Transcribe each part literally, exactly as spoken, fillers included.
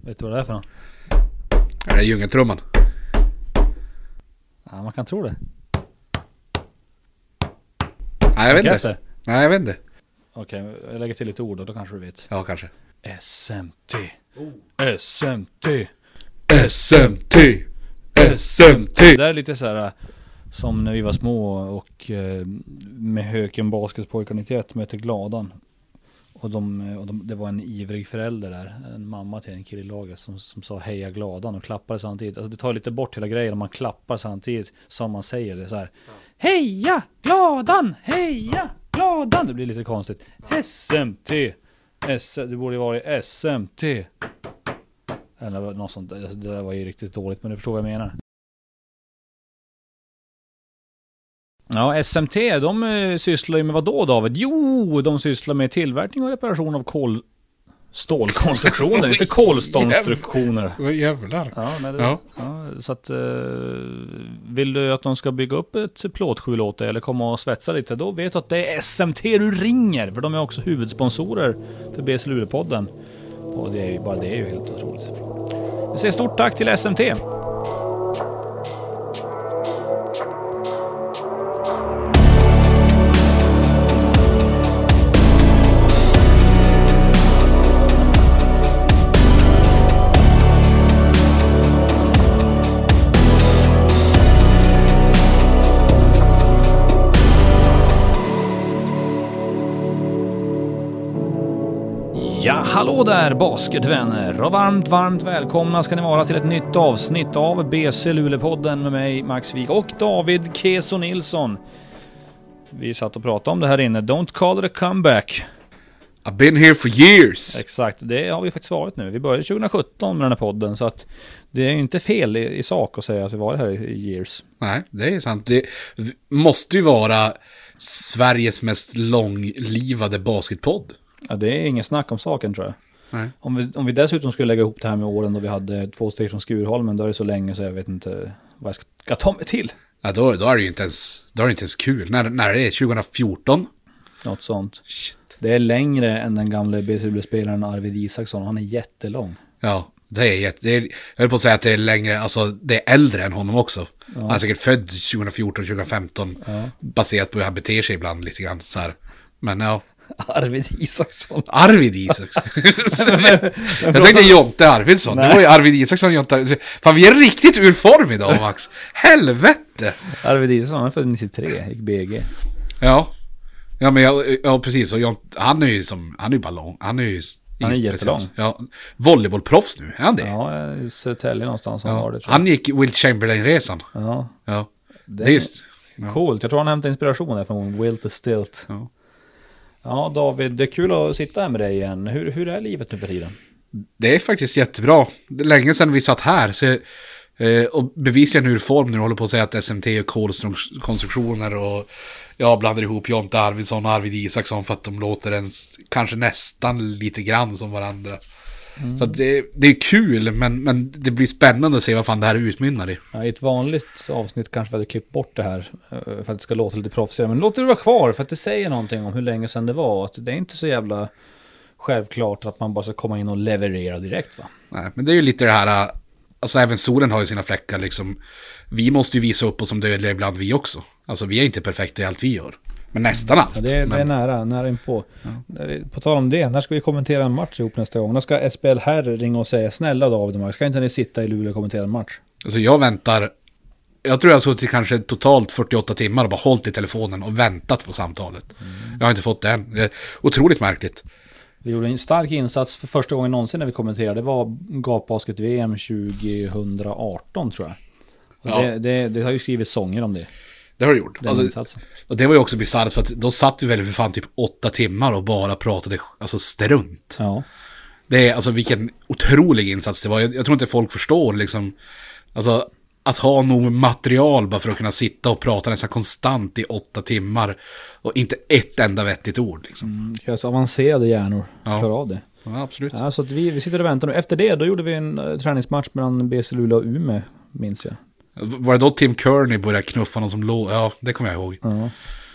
Vet du vad det är för någon? Är det djungeltrumman? Ja, man kan tro det. Nej, jag vet inte. Nej, jag vet inte. Okej, okay, jag lägger till lite ord och då kanske du vet. Ja, kanske. S M T. Oh. S M T. S M T. S M T. Det är lite så här som när vi var små och med Höken Basketpojkar nittioett mötte Gladan. Och, de, och de, det var en ivrig förälder där, en mamma till en kille i laget som, som sa heja Gladan och klappade samtidigt. Alltså det tar lite bort hela grejen om man klappar samtidigt som man säger det så här. Ja. Heja Gladan, heja Gladan. Det blir lite konstigt. S M T. S, det borde vara S M T. Eller något sånt. Alltså det där var ju riktigt dåligt, men du förstår vad jag menar. Ja, S M T, de eh, sysslar ju med vad då, David? Jo, de sysslar med tillverkning och reparation av kol... stålkonstruktioner, inte kolstålkonstruktioner. Vad jävlar. Ja, men det, ja. Ja, så att, eh, vill du att de ska bygga upp ett plåtskjul åt dig eller komma och svetsa lite, då vet du att det är S M T du ringer, för de är också huvudsponsorer för B C Luleå-podden. Och det är ju, bara det är ju helt otroligt. Vi säger stort tack till S M T. Ja, hallå där basketvänner och varmt, varmt välkomna ska ni vara till ett nytt avsnitt av B C Luleå-podden med mig, Max Wik och David Keso Nilsson. Vi satt och pratade om det här inne. Don't call it a comeback. I've been here for years. Exakt, det har vi faktiskt varit nu. Vi började tjugo sjutton med den här podden, så att det är inte fel i, i sak att säga att vi varit här i years. Nej, det är sant. Det måste ju vara Sveriges mest långlivade basketpodd. Ja, det är ingen snack om saken, tror jag. Nej. Om vi, om vi dessutom skulle lägga ihop det här med åren då vi hade två steg från Skurholmen, då är det så länge så jag vet inte vad jag ska, ska ta mig till. Ja, då, då är det ju inte ens, då är det inte ens kul. När, när det är tjugo fjorton. Något sånt. Shit. Det är längre än den gamla B C Luleå-spelaren Arvid Isaksson. Han är jättelång. Ja, det är jätte... Det är, jag vill på att säga att det är längre, alltså det är äldre än honom också. Ja. Han är säkert född tjugo fjorton tjugo femton. Ja. Baserat på hur han beter sig ibland lite grann så här. Men ja... Arvid Isaksson. Arvid Isaksson. Jag tänkte Jonte Arvidsson. Nej. Det var ju Arvid Isaksson. Jonte. Fan, vi är riktigt ur form idag, Max. Helvete. Arvid Isaksson, han är född nittiotre, gick B G. Ja. Ja, men jag, ja, precis. Och Jonte, han är ju som, han är ju bara lång. Han är ju han är jättelång. Ja, volleybollproffs nu, är han det? Ja, i Södertälje någonstans. Ja. Var det, han gick Wilt Chamberlain-resan. Ja. Ja. Det, det är just, ja. Coolt. Jag tror han hämtade inspiration där från Wilt the Stilt. Ja. Ja, David, det är kul att sitta här med dig igen. Hur, hur är livet nu för tiden? Det är faktiskt jättebra. Det är länge sedan vi satt här. Så, eh, och bevisligen hur form nu håller på att säga att S M T och kolkonstruktioner och jag blandar ihop Jonte Arvidsson och Arvid Isaksson för att de låter ens, kanske nästan lite grann som varandra. Mm. Så att det, det är kul, men, men det blir spännande att se vad fan det här utmynnar i. Ja, i ett vanligt avsnitt kanske vi hade klippt bort det här för att det ska låta lite proffsigare. Men låt det vara kvar för att det säger någonting om hur länge sedan det var. Att det är inte så jävla självklart att man bara ska komma in och leverera direkt, va? Nej, men det är ju lite det här, alltså även solen har ju sina fläckar liksom. Vi måste ju visa upp oss som dödliga ibland vi också. Alltså vi är inte perfekta i allt vi gör. Men nästan allt. Ja, det, är, men... det är nära, nära inpå. Ja. På tal om det, när ska vi kommentera en match ihop nästa gång? När ska S B L här ringa och säga snälla David och Max, ska inte ni sitta i Luleå och kommentera en match? Alltså jag väntar, jag tror jag har suttit kanske totalt fyrtioåtta timmar och bara hållit i telefonen och väntat på samtalet. Mm. Jag har inte fått det än. Det är otroligt märkligt. Vi gjorde en stark insats för första gången någonsin när vi kommenterade. Det var Gapbasket-V M tjugo arton, tror jag. Och ja. det, det, det har ju skrivit sånger om det. Det har du gjort. Alltså, och det var ju också bisarrt för att då satt vi väl för fan typ åtta timmar och bara pratade alltså strunt. Ja. Det är alltså vilken otrolig insats det var. Jag, jag tror inte folk förstår liksom, alltså att ha nog material bara för att kunna sitta och prata nästan konstant i åtta timmar och inte ett enda vettigt ord liksom. Mm, det krävs avancerade hjärnor ja. klara av det. Ja, absolut. Ja, så att vi, vi sitter och väntar nu. Efter det då gjorde vi en uh, träningsmatch mellan B C Luleå och Umeå, minns jag. Var det då Tim Kearney började knuffa någon som låg? Ja, det kommer jag ihåg. Ja.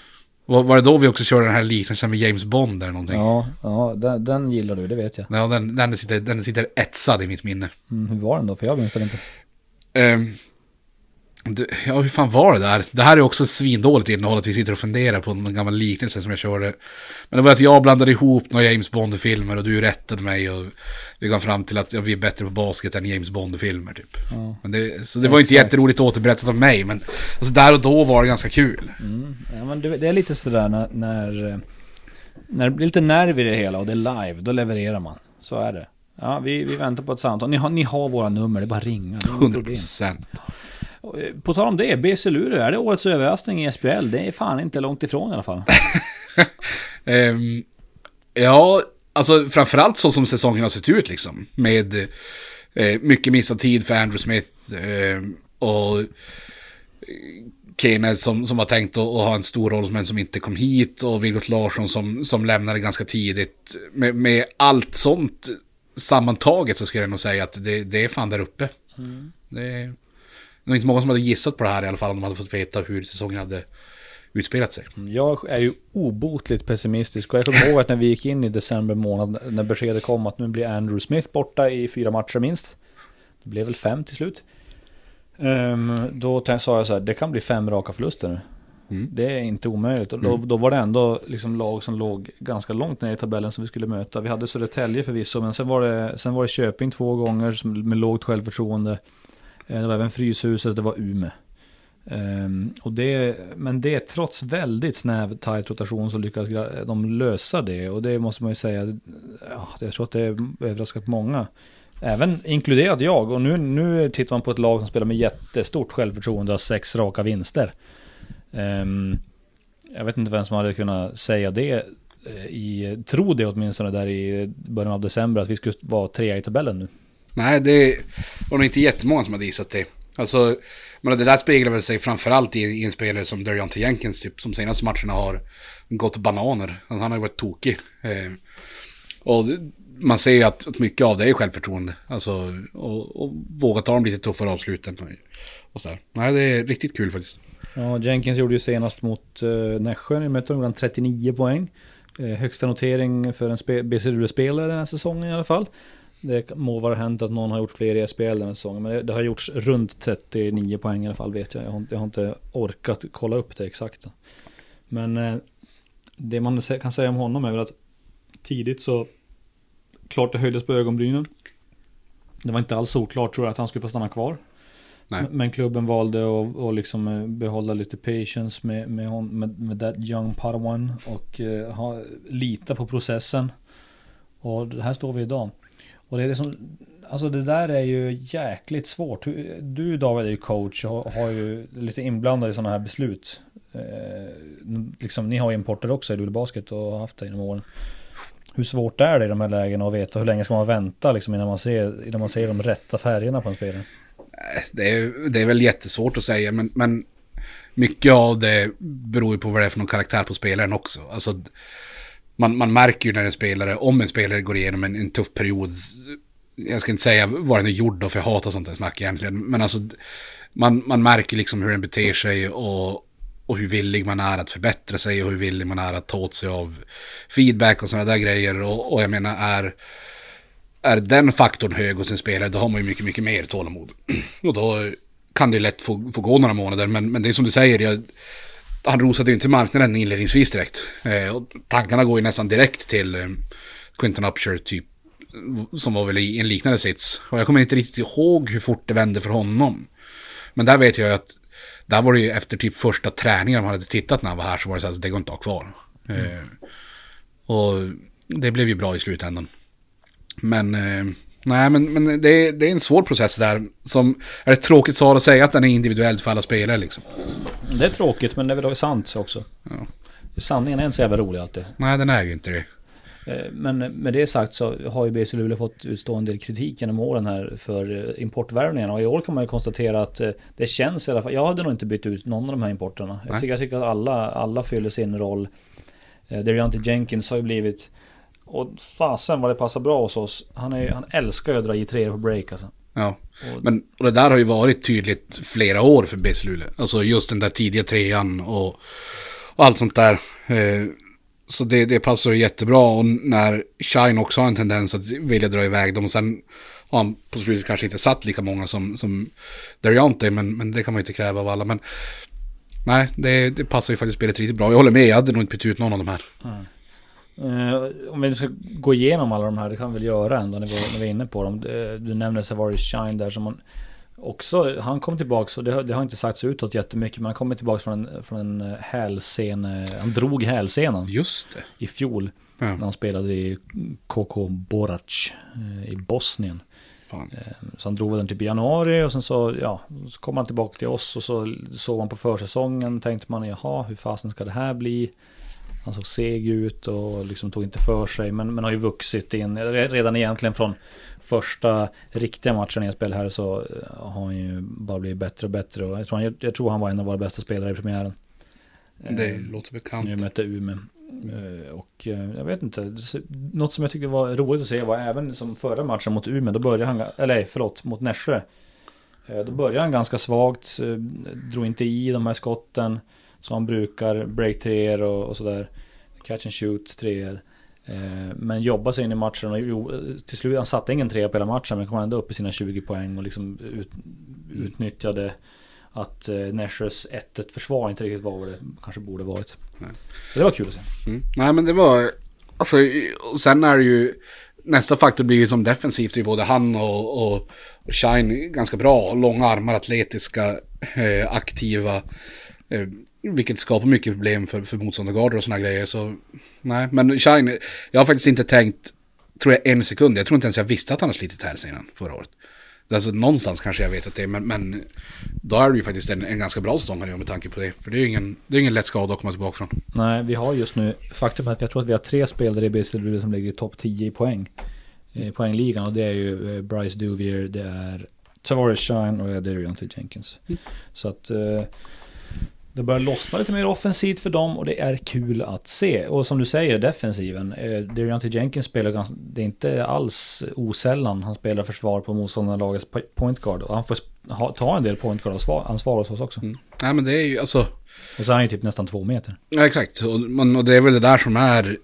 Var, var det då vi också körde den här liknelsen med James Bond eller någonting? Ja, ja den, den gillar du, det vet jag. Ja, den, den, sitter, den sitter etsad i mitt minne. Mm, hur var den då? För jag minns den inte. Um, det, ja, hur fan var det där? Det här är också svindåligt innehåll att vi sitter och funderar på en gammal liknelse som jag körde. Men det var att jag blandade ihop några James Bond-filmer och du rättade mig och vi kom fram till att ja, vi är bättre på basket än James Bond-filmer typ. Ja. Men det, så det var inte jätteroligt återberättat av mig, men alltså, där och då var det ganska kul. Mm. Ja, men det, det är lite sådär när, när, när det blir lite nerv i det hela och det är live, då levererar man. Så är det. Ja, vi, vi väntar på ett samtal. Ni har, ni har våra nummer, det är bara ringa. hundra procent. På tal om det, B C Luleå, är det årets överraskning i S P L? Det är fan inte långt ifrån i alla fall. um, ja, alltså framförallt så som säsongen har sett ut liksom. Med eh, mycket missad tid för Andrew Smith eh, och Kane som, som var tänkt att, att ha en stor roll men som inte kom hit och Vilgot Larsson som, som lämnade ganska tidigt. Med, med allt sånt sammantaget så skulle jag nog säga att det, det är fan där uppe. Mm. Det är Det var inte många som hade gissat på det här i alla fall om de hade fått veta hur säsongen hade utspelat sig. Jag är ju obotligt pessimistisk och jag kommer ihåg att när vi gick in i december månad när beskedet kom att nu blir Andrew Smith borta i fyra matcher minst. Det blev väl fem till slut. Um, då sa jag så här, det kan bli fem raka förluster nu. Mm. Det är inte omöjligt. Och då, mm. då var det ändå liksom lag som låg ganska långt ner i tabellen som vi skulle möta. Vi hade Södertälje förvisso, men sen var det, sen var det Köping två gånger med lågt självförtroende. Det var även Fryshuset, det var Umeå. Um, och det, men det är trots väldigt snäv tight rotation så lyckas de lösa det. Och det måste man ju säga, ja, jag tror att det är överraskat många. Även inkluderat jag. Och nu, nu tittar man på ett lag som spelar med jättestort självförtroende och sex raka vinster. Um, jag vet inte vem som hade kunnat säga det i, tro det åtminstone där i början av december att vi skulle vara trea i tabellen nu. Nej, det var nog inte jättemånga som hade gissat det. Alltså, men det där speglar väl sig framförallt i, i en spelare som De'Riante Jenkins typ, som senaste matcherna har gått bananer. Han har ju varit tokig. Eh, och man ser ju att, att mycket av det är självförtroende. Alltså, och, och våga ta dem lite tuffare avsluten. Och, och så här. Nej, det är riktigt kul faktiskt. Ja, Jenkins gjorde ju senast mot uh, Nässjö. I mötte de trettionio poäng. Eh, högsta notering för en spe- B C Luleå-spelare den här säsongen i alla fall. Det må vara hänt att någon har gjort fler i S P L den här säsongen, men det, det har gjorts runt trettionio poäng i alla fall, vet jag. Jag har, jag har inte orkat kolla upp det exakt. Men eh, det man kan säga om honom är väl att tidigt så klart det höjdes på ögonbrynen. Det var inte alls oklart, tror jag, att han skulle få stanna kvar. Nej. Men klubben valde att, att liksom behålla lite patience med, med, hon, med, med that young Padawan och eh, ha, lita på processen. Och här står vi idag. Och det är liksom, alltså det där är ju jäkligt svårt. Du, David, är ju coach och har ju lite inblandad i sådana här beslut. Eh, liksom, ni har ju importer också i Luleå Basket och har haft det genom åren. Hur svårt är det i de här lägena att veta hur länge ska man vänta liksom, innan man ser, innan man ser de rätta färgerna på en spelare? Det är, det är väl jättesvårt att säga, men, men mycket av det beror ju på vad det är för någon karaktär på spelaren också. Alltså, man, man märker ju när en spelare, om en spelare går igenom en, en tuff period, jag ska inte säga vad den är gjord då, för jag hatar sånt där snack egentligen, men alltså man, man märker liksom hur den beter sig och, och hur villig man är att förbättra sig och hur villig man är att ta åt sig av feedback och sådana där grejer, och, och jag menar är är den faktorn hög hos en spelare, då har man ju mycket, mycket mer tålamod. Och då kan det ju lätt få, få gå några månader, men, men det är som du säger, jag, han rosade ju inte marknaden inledningsvis direkt. Eh, och tankarna går ju nästan direkt till eh, Quinton Upshur typ, som var väl i en liknande sits. Och jag kommer inte riktigt ihåg hur fort det vände för honom. Men där vet jag att där var det ju efter typ första träningen man hade tittat när han var här, så var det så att det går inte att ha kvar. Mm. Eh, och det blev ju bra i slutändan. Men eh, nej, men, men det, är, det är en svår process där, som är ett tråkigt svar att säga att den är individuellt för alla spelare liksom. Det är tråkigt, men det är väl sant också. Ja. Sanningen är inte så jävla rolig alltid. Nej, den är ju inte det. Men med det sagt så har ju B C Luleå fått utstå en del kritik genom åren här för importvärvningarna, och i år kan man ju konstatera att det känns i alla fall, jag hade nog inte bytt ut någon av de här importerna. Jag tycker, jag tycker att alla, alla fyller sin roll. De'Riante Jenkins har ju blivit, och fasen vad det passar bra hos oss. Han, är, han älskar ju att dra i tre på break alltså. Ja, och, men och det där har ju varit tydligt flera år för B C Luleå. Alltså just den där tidiga trean och, och allt sånt där. Eh, så det, det passar jättebra. Och när Shine också har en tendens att vilja dra iväg dem, och sen har han på slutet kanske inte satt lika många som, som Dariante, men, men det kan man inte kräva av alla. Men nej, det, det passar ju faktiskt spelet riktigt bra. Jag håller med, jag hade nog inte bytt ut någon av de här. Mm. Uh, om vi ska gå igenom alla de här, det kan vi väl göra ändå när vi, när vi är inne på dem. Du, du nämnde Savaris Shine där som man också, han kom tillbaka, och det, det har inte sagts utåt jättemycket, men han kom tillbaka från en, från en hälsen, han drog hälsenan. Just det. I fjol, ja. När han spelade i K K Borac i Bosnien. Fan. Så han drog den typ i januari, och sen så, ja, så kom han tillbaka till oss, och så såg man på försäsongen, tänkte man, jaha, hur fasen ska det här bli? Han såg seg ut och liksom tog inte för sig, men, men har ju vuxit in redan egentligen från första riktiga matchen jag spelade här, så har han ju bara blivit bättre och bättre, och jag tror han, jag tror han var en av våra bästa spelare i premiären. Det eh, låter bekant. Nu mötte Umeå. Eh, och eh, jag vet inte, något som jag tyckte var roligt att se var även som förra matchen mot Umeå, då började han, eller förlåt, mot Nässjö. Eh, då började han ganska svagt, eh, drog inte i de här skotten som han brukar, break treor och, och sådär, catch and shoot treor, eh, men jobbade sig in i matchen, och jo, till slut han satte ingen trea på hela matchen, men kom ändå upp i sina tjugo poäng och liksom ut, utnyttjade att eh, Nässjös ett ett försvar inte riktigt var vad det kanske borde varit. Nej. Det var kul att se. Mm. Nej, men det var alltså, och sen är det ju nästa faktor blir ju som defensivt i både han och, och, och Shine ganska bra, långa armar, atletiska, eh, aktiva, eh, vilket skapar mycket problem för, för motståndargarder och såna grejer. Så nej, men Shine, jag har faktiskt inte tänkt, tror jag, en sekund. Jag tror inte ens jag visste att han har slitit här sedan förra året. Alltså någonstans kanske jag vet att det är, men, men då är det ju faktiskt en, en ganska bra säsong här med tanke på det. För det är ju ingen, det är ingen lätt skada att komma tillbaka från. Nej, vi har just nu, faktum är att jag tror att vi har tre spelare i B C W som ligger i topp tio i poäng. I poängligan, och det är ju Bryce Duvier, det är Savaris Shine och det är Dariante Jenkins. Mm. Så att det börjar lossna lite mer offensivt för dem, och det är kul att se. Och som du säger, defensiven, eh, Dariante Jenkins spelar ganska, det är inte alls osällan han spelar försvar på motståndarlagets point guard, och han får ha, ta en del point guard ansvar, ansvar hos oss också. Mm. Nej, men det är ju alltså, och så är han ju typ nästan två meter. Ja, exakt, och, man, och det är väl det där som är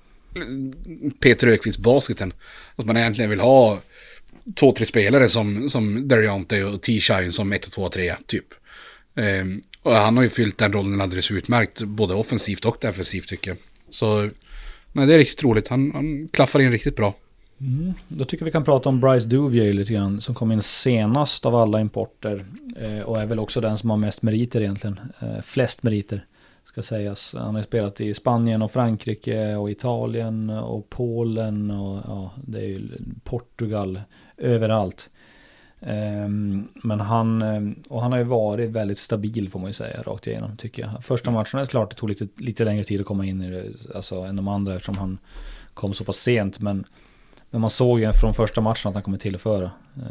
Peter Ökvists basketen, att man egentligen vill ha två, tre spelare som, som Dariante och T-Shine som ett, två, tre typ. Um, och han har ju fyllt den rollen alldeles utmärkt, både offensivt och defensivt tycker jag. Så nej, det är riktigt roligt, han, han klaffar in riktigt bra. Mm. Då tycker vi kan prata om Bryce Duvier lite grann, som kom in senast av alla importer, eh, och är väl också den som har mest meriter egentligen, eh, flest meriter ska sägas. Han har spelat i Spanien och Frankrike och Italien och Polen och ja, det är ju Portugal, överallt. Um, men han, och han har ju varit väldigt stabil, får man ju säga, rakt igenom tycker jag. Första matchen är klart det tog lite, lite längre tid att komma in i det, alltså, än de andra, eftersom han kom så pass sent, men, men man såg ju från första matchen att han kommer tillföra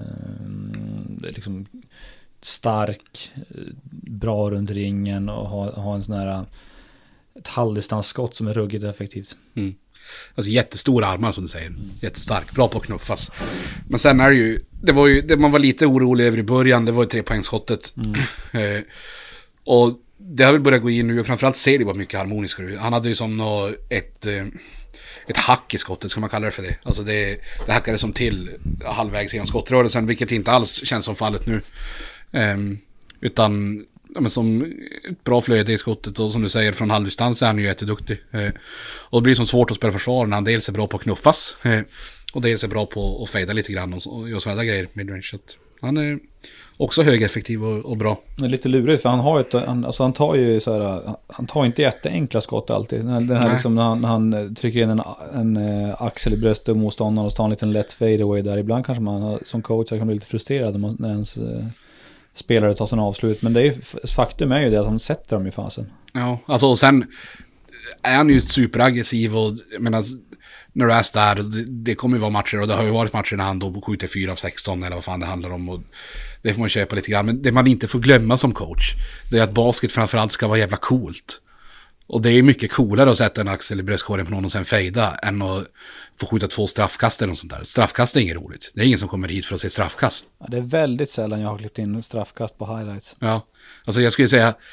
um, det är liksom stark, bra runt ringen, och ha, ha en sån här ett halvdistansskott som är ruggigt effektivt. Mm. Alltså jättestora armar som du säger. Mm. Jättestark, bra på att knuffas. Men sen är det ju, det var ju, det man var lite orolig över i början, det var ju trepoängsskottet. Mm. eh, och det har väl börjat gå in nu, och framförallt ser det bara mycket harmoniskare ut. Han hade ju som nå ett, eh, ett hack i skottet, ska man kalla det för det. Alltså det, det hackade som till halvvägs genom skottrörelsen, vilket inte alls känns som fallet nu. Eh, utan ja, men som ett bra flöde i skottet, och som du säger, från halvdistans är han ju jätteduktig. Eh, och det blir som svårt att spela försvar när han dels är bra på att knuffas eh, och dels är bra på att fejda lite grann och, och göra sådana där grejer midrange. Så han är också högeffektiv och, och bra. Det är lite lurigt, för han har ett, han, alltså han tar ju så här, han tar inte jätteenkla skott alltid. Den här liksom, när, han, när han trycker in en, en, en axel i bröstet och motståndaren och så tar en liten lätt fadeaway där. Ibland kanske man som coach kan bli lite frustrerad när, när ens spelare tar sån avslut, men det är ju, faktum är ju det att han sätter dem i fasen. Ja, alltså, och sen är han ju superaggressiv, och jag menar, när du är där, det, det kommer ju vara matcher, och det har ju varit matcher när han då skjuter fyra av sexton eller vad fan det handlar om, och det får man köpa lite grann. Men det man inte får glömma som coach, det är att basket framförallt ska vara jävla coolt. Och det är mycket coolare att sätta en axel i bröstkorgen på någon och sen fejda än att få skjuta två straffkast eller något sånt där. Straffkast är inget roligt. Det är ingen som kommer hit för att se straffkast. Ja, det är väldigt sällan jag har klippt in straffkast på highlights. Ja, alltså jag skulle säga,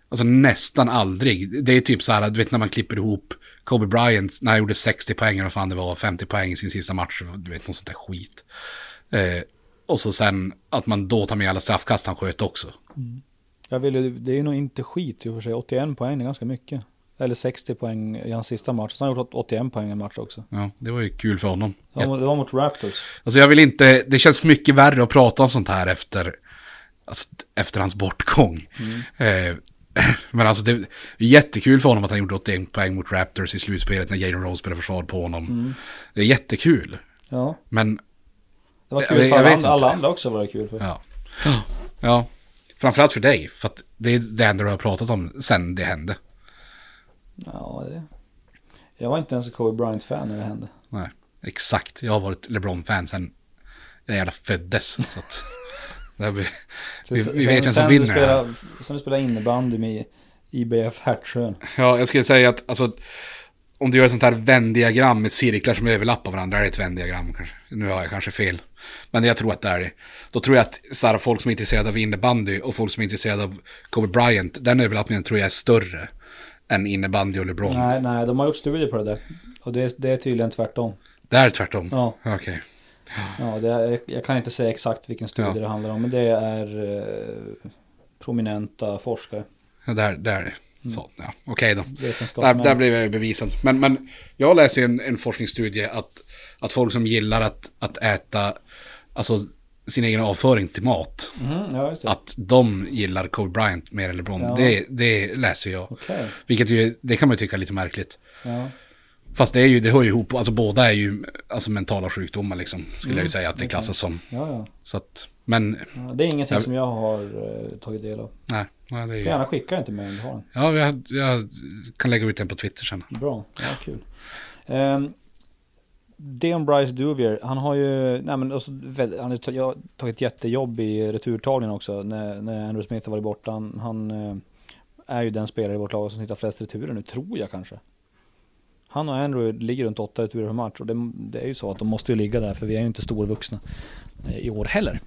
Alltså nästan aldrig. Det är typ så här, du vet när man klipper ihop Kobe Bryant när han gjorde sextio poäng, eller vad fan det var, femtio poäng i sin sista match, du vet, något sånt där skit. Eh, och så sen att man då tar med alla straffkast han sköt också. Mm. Jag vill, det är ju nog inte skit i och för sig, åttioen poäng är ganska mycket. Eller sextio poäng i hans sista match. Så han har gjort åttioen poäng i en match också. Ja, det var ju kul för honom. Det var, det var mot Raptors. Alltså jag vill inte, det känns mycket värre att prata om sånt här efter, alltså, efter hans bortgång. Mm. Eh, men alltså det är jättekul för honom att han gjorde åttioen poäng mot Raptors i slutspelet när Jalen Rose spelade försvar på honom. Mm. Det är jättekul. Ja. Men det var kul för alla, alla andra också, var det kul för. Ja. Ja. Framförallt för dig, för att det är det enda du har pratat om sen det hände. Ja, det... jag var inte ens en Kobe Bryant-fan när det hände. Nej, exakt. Jag har varit LeBron-fan sen jag jävla föddes. Så att det blir, vi, så, vi vet vem som vinner spela, här. Sen du spelar innebandy med I B F Hertsjön. Ja, jag skulle säga att alltså, om du gör ett sånt här vändiagram med cirklar som överlappar varandra, är det ett vändiagram kanske. Nu har jag kanske fel. Men jag tror att det är det. Då tror jag att så här, folk som är intresserade av innebandy och folk som är intresserade av Kobe Bryant, den överlappningen tror jag är större än innebandy och LeBron. Nej, nej, de har gjort studier på det där. Och det, det är tydligen tvärtom. Det är tvärtom? Ja. Okej. Okay. Ja, det är, jag kan inte säga exakt vilken studie ja. det handlar om, men det är eh, prominenta forskare. Ja, där, där är det. Så, ja. Okej okay då. Där, där blev jag bevisad. Men, men jag läser en, en forskningsstudie att, att folk som gillar att, att äta alltså sin egen avföring till mat, mm, ja, just det. att de gillar Kobe Bryant mer eller LeBron. Ja. Det, det läser jag. Okay. Vilket ju, det kan man ju tycka är lite märkligt. Ja. Fast det är ju, det hör ju ihop, alltså båda är ju alltså mentala sjukdomar liksom, skulle mm, jag ju säga att det klassas som. Ja, ja. Så att, men... Ja, det är ingenting jag, som jag har uh, tagit del av. Nej. nej det är ju... Jag gärna skicka den till mig om du har den. Ja, jag, jag kan lägga ut den på Twitter sen. Bra, ja kul. Um, Deon Bryce Duvier, han har ju nej men alltså, han har jag har tagit jättejobb i returtagningen också när, när Andrew Smith har varit borta. Han, han uh, är ju den spelare i vårt lag som hittar flest returer nu, tror jag kanske. Han och Andrew ligger runt åtta returer per match och det, det är ju så att de måste ju ligga där för vi är ju inte storvuxna eh, i år heller.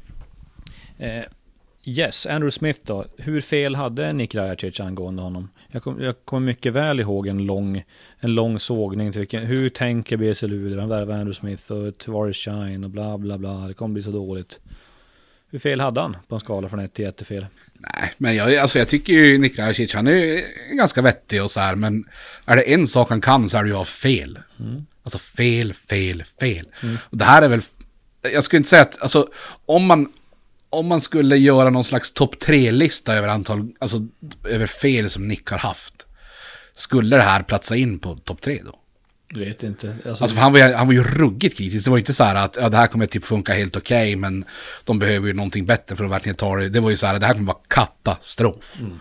Eh, yes, Andrew Smith då. Hur fel hade Nick Rajacic angående honom? Jag kommer jag kom mycket väl ihåg en lång, en lång sågning till vilken, hur tänker B C Luder, han värvar Andrew Smith och Tavares Shine och bla bla bla, det kommer bli så dåligt. Hur fel hade han på en skala från ett till jättefel? Nej, men jag, alltså jag tycker ju Nick Rajacic, han är ganska vettig och så här, men är det en sak han kan så är det ju ha fel. Mm. Alltså fel, fel, fel. Mm. Och det här är väl, jag skulle inte säga att, alltså om man, om man skulle göra någon slags topp tre-lista över antal, alltså över fel som Nick har haft, skulle det här platsa in på topp tre då? Jag vet inte. Alltså, alltså för han var ju, han var ju ruggigt kritisk. Det var ju inte så här att ja, det här kommer typ funka helt okej, okay, men de behöver ju någonting bättre för att verkligen ta det. Det var ju så här, det här kommer vara katastrof. Mm.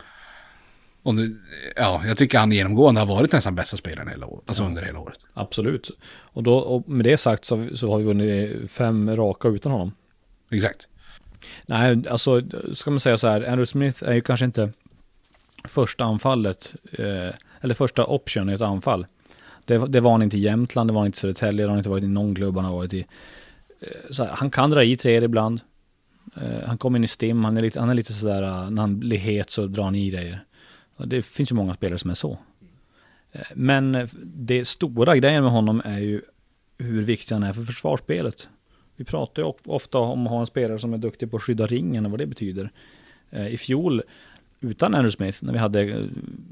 Och nu, ja, jag tycker han genomgående har varit nästan bästa spelaren hela året, alltså ja, under hela året. Absolut. Och, då, och med det sagt så, så har vi vunnit fem raka utan honom. Exakt. Nej, alltså ska man säga så här, Andrew Smith är ju kanske inte första anfallet eh, eller första option i ett anfall. Det, det var han inte i Jämtland, det var han inte i Södertälje, det har han inte varit i någon klubb han har varit i. Så här, han kan dra i tre ibland. Uh, han kommer in i stim, han är lite, han är lite sådär, när han blir het så drar han i grejer. Och det finns ju många spelare som är så. Uh, men det stora grejen med honom är ju hur viktig han är för försvarsspelet. Vi pratar ju ofta om att ha en spelare som är duktig på att skydda ringen och vad det betyder. Uh, I fjol utan Andrew Smith, när vi hade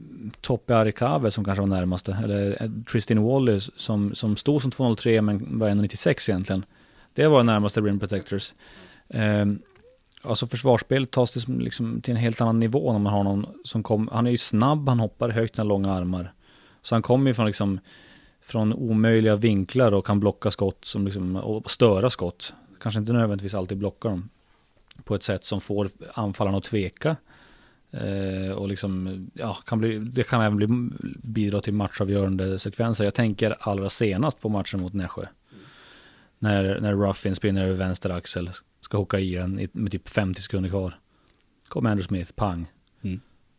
Toppe Arikave som kanske var närmaste, eller Tristan Wallace som, som stod som två noll tre men var ett nittiosex egentligen. Det var närmaste rim protectors. Eh, alltså försvarsspel tas det liksom till en helt annan nivå när man har någon som kom, han är ju snabb, han hoppar högt med långa armar. Så han kommer ju från liksom från omöjliga vinklar och kan blocka skott som liksom, och störa skott. Kanske inte nödvändigtvis alltid blocka dem på ett sätt som får anfallarna att tveka. Uh, och liksom, ja, kan bli, det kan även bli, bidra till matchavgörande sekvenser. Jag tänker allra senast på matchen mot Nässjö. Mm. När, när Ruffin spinner över vänster axel, ska hocka i den med typ femtio sekunder kvar. Kommer Andrew Smith, pang. Mm.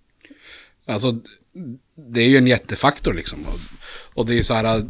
Alltså, det är ju en jättefaktor liksom. Och, och det är så här,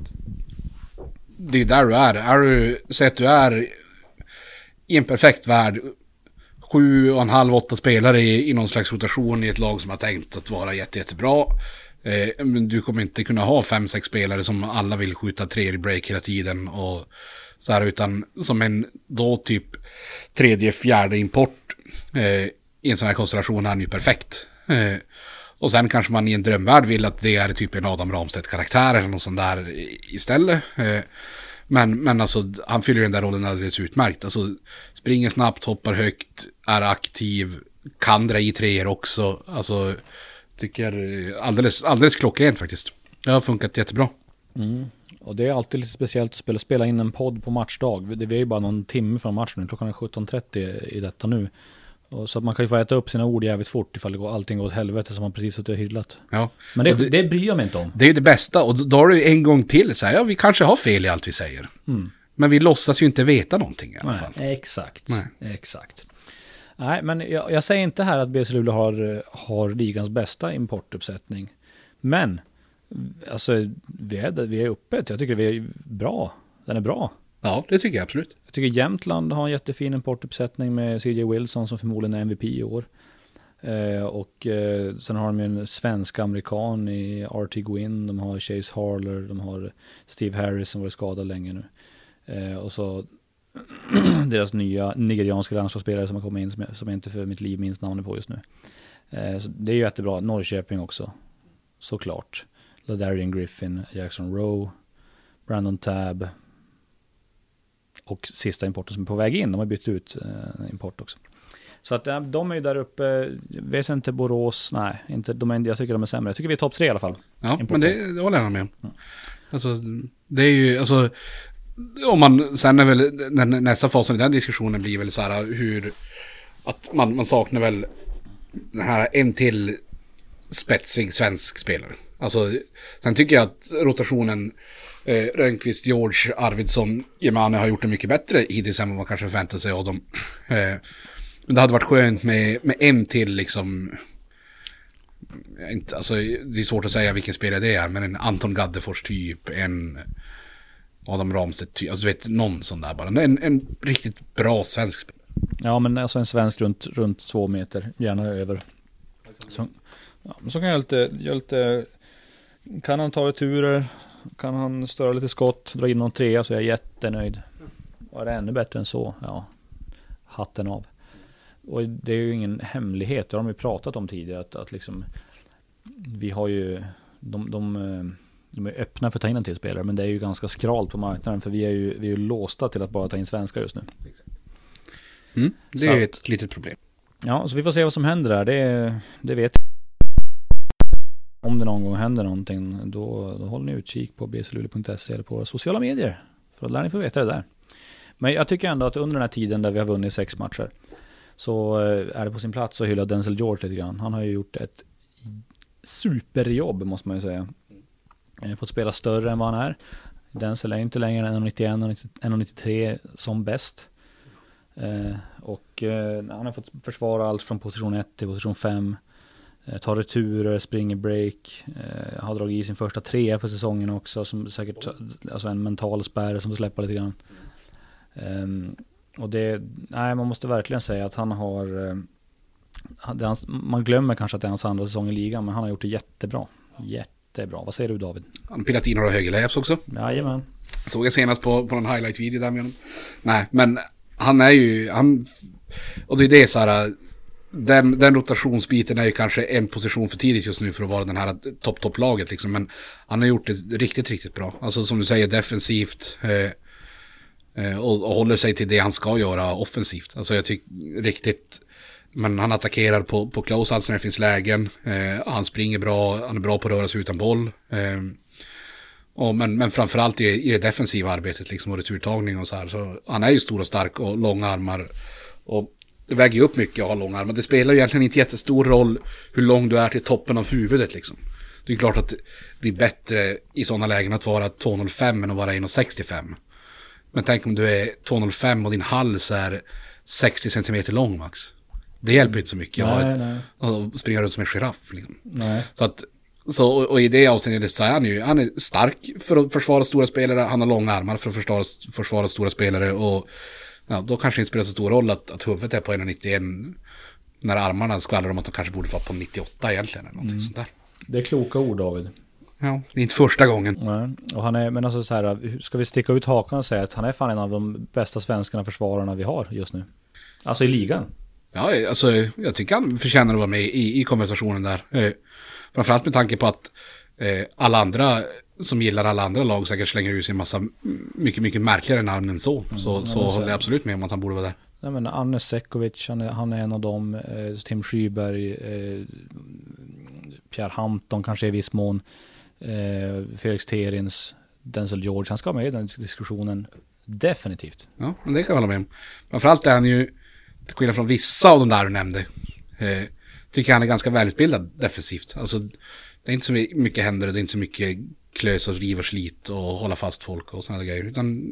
det är där du är. Är du, så att du är i en perfekt värld, sju och en halv, åtta spelare i, i någon slags rotation i ett lag som har tänkt att vara jätte, jättebra. Eh, men du kommer inte kunna ha fem, sex spelare som alla vill skjuta tredje break hela tiden och så här, utan som en då typ tredje, fjärde import eh, i en sån här konstellation är han ju perfekt. Eh, och sen kanske man i en drömvärld vill att det är typ en Adam Ramstedt-karaktär eller något sånt där istället. Eh, men, men alltså han fyller den där rollen alldeles utmärkt. Alltså springer snabbt, hoppar högt, är aktiv, kan dra i treor också. Alltså tycker alldeles, alldeles klockrent faktiskt. Det har funkat jättebra. Mm. Och det är alltid lite speciellt att spela, spela in en podd på matchdag. Det är ju bara någon timme från matchen. Klockan är sjutton trettio i detta nu. Och så att man kan ju få äta upp sina ord jävligt fort ifall det går, allting går åt helvete som man precis har hyllat. Ja. Men det, det, det bryr jag mig inte om. Det är ju det bästa. Och då har du en gång till så här, ja vi kanske har fel i allt vi säger. Mm. Men vi låtsas ju inte veta någonting i alla Nej, fall. Exakt. Nej. Exakt. Nej, men jag, jag säger inte här att B C Luleå har, har ligans bästa importuppsättning. Men alltså vi är, vi är uppe. Jag tycker vi är bra. Den är bra. Ja, det tycker jag absolut. Jag tycker Jämtland har en jättefin importuppsättning med C J Wilson som förmodligen är M V P i år. Eh, och eh, sen har de ju en svensk amerikan i R T Gwynn. De har Chase Harler. De har Steve Harris som var skadad länge nu. Eh, och så deras nya nigerianska landslagsspelare som har kommit in som jag, som jag inte för mitt liv minns namnet på just nu. Eh, så det är ju jättebra. Norrköping också. Såklart. LaDarian Griffin, Jackson Rowe, Brandon Tabb. Och sista importen som är på väg in. De har bytt ut eh, import också. Så att de är ju där uppe. Vet inte Borås. Nej, inte, de är, jag tycker de är sämre. Jag tycker vi är topp tre i alla fall. Ja, importen. Men det, det håller jag med om. Mm. Alltså, det är ju, alltså, om man, sen är väl, nä, nästa fasen i den diskussionen blir väl så här hur, att man, man saknar väl den här en till spetsig svensk spelare. Alltså, sen tycker jag att rotationen Eh, Rönnqvist, George, Arvidsson, Gemane har gjort det mycket bättre hittills än vad man kanske förväntar sig av dem. Eh, men det hade varit skönt med, med en till liksom, inte, alltså, det är svårt att säga vilken spelare det är, men en Anton Gaddefors typ, en Adam Ramstedt typ, alltså du vet, någon sån där bara. En, en riktigt bra svensk spelare. Ja, men alltså en svensk runt, runt två meter, gärna över. Så, ja, men så kan jag lite, jag lite, kan han ta returer, kan han störa lite skott, dra in någon trea, så är jag jättenöjd. Och är det ännu bättre än så, ja, hatten av. Och det är ju ingen hemlighet, det har de ju pratat om tidigare, att, att liksom, vi har ju, de, de, de är öppna för att ta in en till spelare, men det är ju ganska skralt på marknaden, för vi är ju, vi är ju låsta till att bara ta in svenskar just nu. Mm, det är ett litet problem. Ja, så vi får se vad som händer där, det, det vet jag. Om det någon gång händer någonting, då, då håller ni utkik på b c luleå punkt se eller på sociala medier. För att lär ni få veta det där. Men jag tycker ändå att under den här tiden där vi har vunnit sex matcher, så är det på sin plats att hylla Denzel George lite grann. Han har ju gjort ett superjobb, måste man ju säga. Han har fått spela större än vad han är. Denzel är inte längre än ett nittioen och ett nittiotre som bäst. Och han har fått försvara allt från position ett till position fem. Tar returer, springer break, eh, har dragit i sin första trea för säsongen också, som säkert, alltså en mental spärr som släpper lite grann. Um, och det, nej, man måste verkligen säga att han har, eh, det hans, man glömmer kanske att det är hans andra säsong i ligan, men han har gjort det jättebra. Jättebra. Vad säger du, David? Han har pillat in några högerläps också. Jajamän. Såg jag senast på, på en highlight-video där med honom. Nej, men han är ju, han, och det är det så här. Den, den rotationsbiten är ju kanske en position för tidigt just nu för att vara den här topp-topp-laget liksom. Men han har gjort det riktigt, riktigt bra. Alltså som du säger, defensivt eh, eh, och, och håller sig till det han ska göra offensivt. Alltså jag tycker riktigt, men han attackerar på, på close, alltså när det finns lägen. Eh, han springer bra, han är bra på att röra sig utan boll. Eh, och men, men framförallt i, i det defensiva arbetet liksom, och returtagning och så här. Så han är ju stor och stark och långa armar och det väger ju upp mycket att ha långa armar. Det spelar ju egentligen inte jättestor roll hur lång du är till toppen av huvudet liksom. Det är klart att det är bättre i sådana lägen att vara två noll fem än att vara ett sextiofem. Men tänk om du är två noll fem och din hals är sextio centimeter lång max. Det hjälper inte så mycket. Nej, jag nej. Och springa runt som en giraff liksom. Nej. Så att så, och i det avseendet så är han ju, han är stark för att försvara stora spelare, han har långa armar för att försvara, försvara stora spelare och ja, då kanske det inte spelar så stor roll att, att huvudet är på ett nittioett när armarna skvallrar om att de kanske borde vara på nittioåtta egentligen. Eller någonting Mm. sånt där. Det är kloka ord, David. Ja, det är inte första gången. Nej. Och han är, men alltså så här, ska vi sticka ut hakan och säga att han är fan en av de bästa svenskarna försvararna vi har just nu. Alltså i ligan. Ja, alltså jag tycker han förtjänar att vara med i, i konversationen där. Eh, framförallt med tanke på att eh, alla andra som gillar alla andra lag säkert slänger ut sig en massa mycket, mycket märkligare namn än så. Mm, så så håller jag absolut med om att han borde vara där. Ja, men Anne Sekovic, han är, han är en av dem. Eh, Tim Skyberg, eh, Pierre Hampton kanske i viss mån. Eh, Felix Terins, Denzel George. Han ska med i den diskussionen definitivt. Ja, men det kan jag hålla med om. Framförallt är han ju, till skillnad från vissa av de där du nämnde, eh, tycker han är ganska välutbildad defensivt. Alltså, det är inte så mycket händer och det är inte så mycket klös och riv och slit och hålla fast folk och sådana grejer. Utan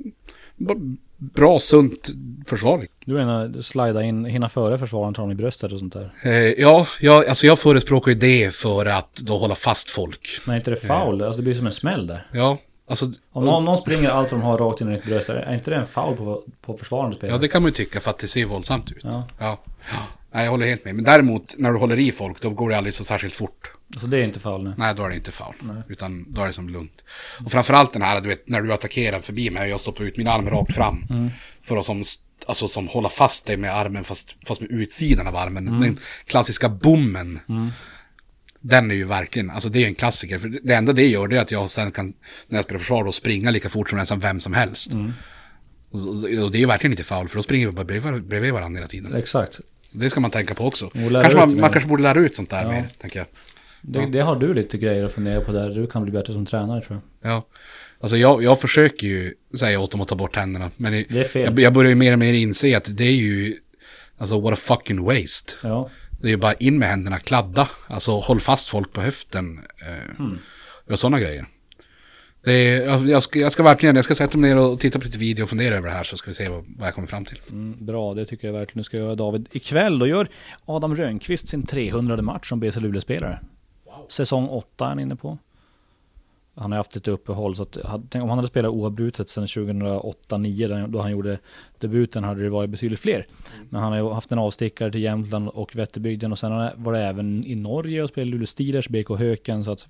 bra, sunt försvar. Du menar slida in, hinna före försvaren, tar i bröstet och sånt där? Eh, ja, jag, alltså jag förespråkar ju det för att då hålla fast folk. Men är inte det foul? Eh. Alltså det blir som en smäll där. Ja, alltså... Om någon, någon springer allt de har rakt in i ett bröst, är inte det en foul på, på försvarande spelare? Ja, det kan man ju tycka för att det ser våldsamt ut. Ja. Ja. Nej, jag håller helt med. Men däremot, när du håller i folk, då går det aldrig så särskilt fort. Alltså det är inte foul nu? Nej, då är det inte foul. Nej. Utan då är det som lugnt. Och framförallt den här, du vet, när du attackerar förbi mig och jag stoppar ut min arm rakt fram. Mm. För att som, alltså, som hålla fast dig med armen fast, fast med utsidan av armen. Mm. Den klassiska bommen. Mm. Den är ju verkligen, alltså det är en klassiker. För det enda det gör det är att jag sen kan, när jag spelar försvar, då springa lika fort som nästan vem som helst. Mm. Och, och det är ju verkligen inte foul, för då springer vi bara bredvid, bredvid varandra hela tiden. Exakt. Så det ska man tänka på också. Kanske man, man kanske borde lära ut sånt där ja. mer, tänker jag. Det, ja. det har du lite grejer att fundera på där. Du kan bli bättre som tränare, tror jag. Ja, alltså jag, jag försöker ju säga åt dem att ta bort händerna. Men det är fel. Jag, jag börjar ju mer och mer inse att det är ju, alltså what a fucking waste. Ja. Det är ju bara in med händerna, kladda. Alltså håll fast folk på höften. Eh, mm. Och sådana grejer. Det är, jag, jag, ska, jag ska verkligen, jag ska sätta mig ner och titta på lite video och fundera över det här, så ska vi se vad, vad jag kommer fram till. Mm, bra, det tycker jag verkligen du ska göra, David. Ikväll då gör Adam Rönnqvist sin trehundrade match som B C Luleå-spelare. Wow. Säsong åtta är han inne på. Han har haft lite uppehåll, så att, tänk om han hade spelat oavbrutet sedan tjugohundraåtta nio då han gjorde debuten, hade det varit betydligt fler. Mm. Men han har ju haft en avstickare till Jämtland och Vätterbygden, och sen var det även i Norge och spelade Luleå Steelers, B K Höken, så att.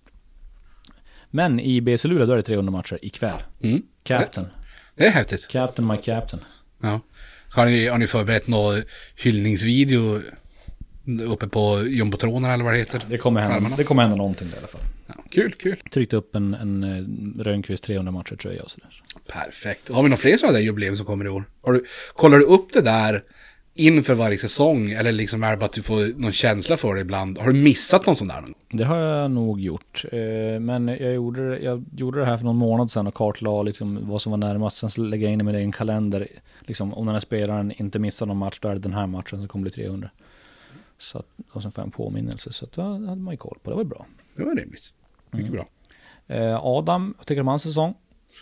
Men i B C Luleå då är det trehundra matcher ikväll. Mm. Captain. Det är häftigt. Captain my captain. Ja. Har ni, har ni förberett någon hyllningsvideo uppe på jumbotronen eller vad det heter? Det kommer hända, det kommer hända någonting där i alla fall. Ja, kul, kul. Tryckt upp en, en Rönnqvist trehundra matcher tröja och sådär. Perfekt. Har vi några fler sådana där jubileum som kommer i år? Har du, kollar du upp det där inför varje säsong, eller liksom är det bara att du får någon känsla för det ibland? Har du missat någon sån där? Det har jag nog gjort. Men jag gjorde, jag gjorde det här för någon månad sedan och kartlade liksom vad som var närmast. Sen så lägger jag in i min egen kalender. Liksom, om den här spelaren inte missar någon match, då är det den här matchen som kommer bli trehundra. Så att, och sen får jag en påminnelse. Så att, då hade man ju koll på. Det var bra. Det var rimligt. Mycket mm. bra. Adam, vad tycker du om hans säsong?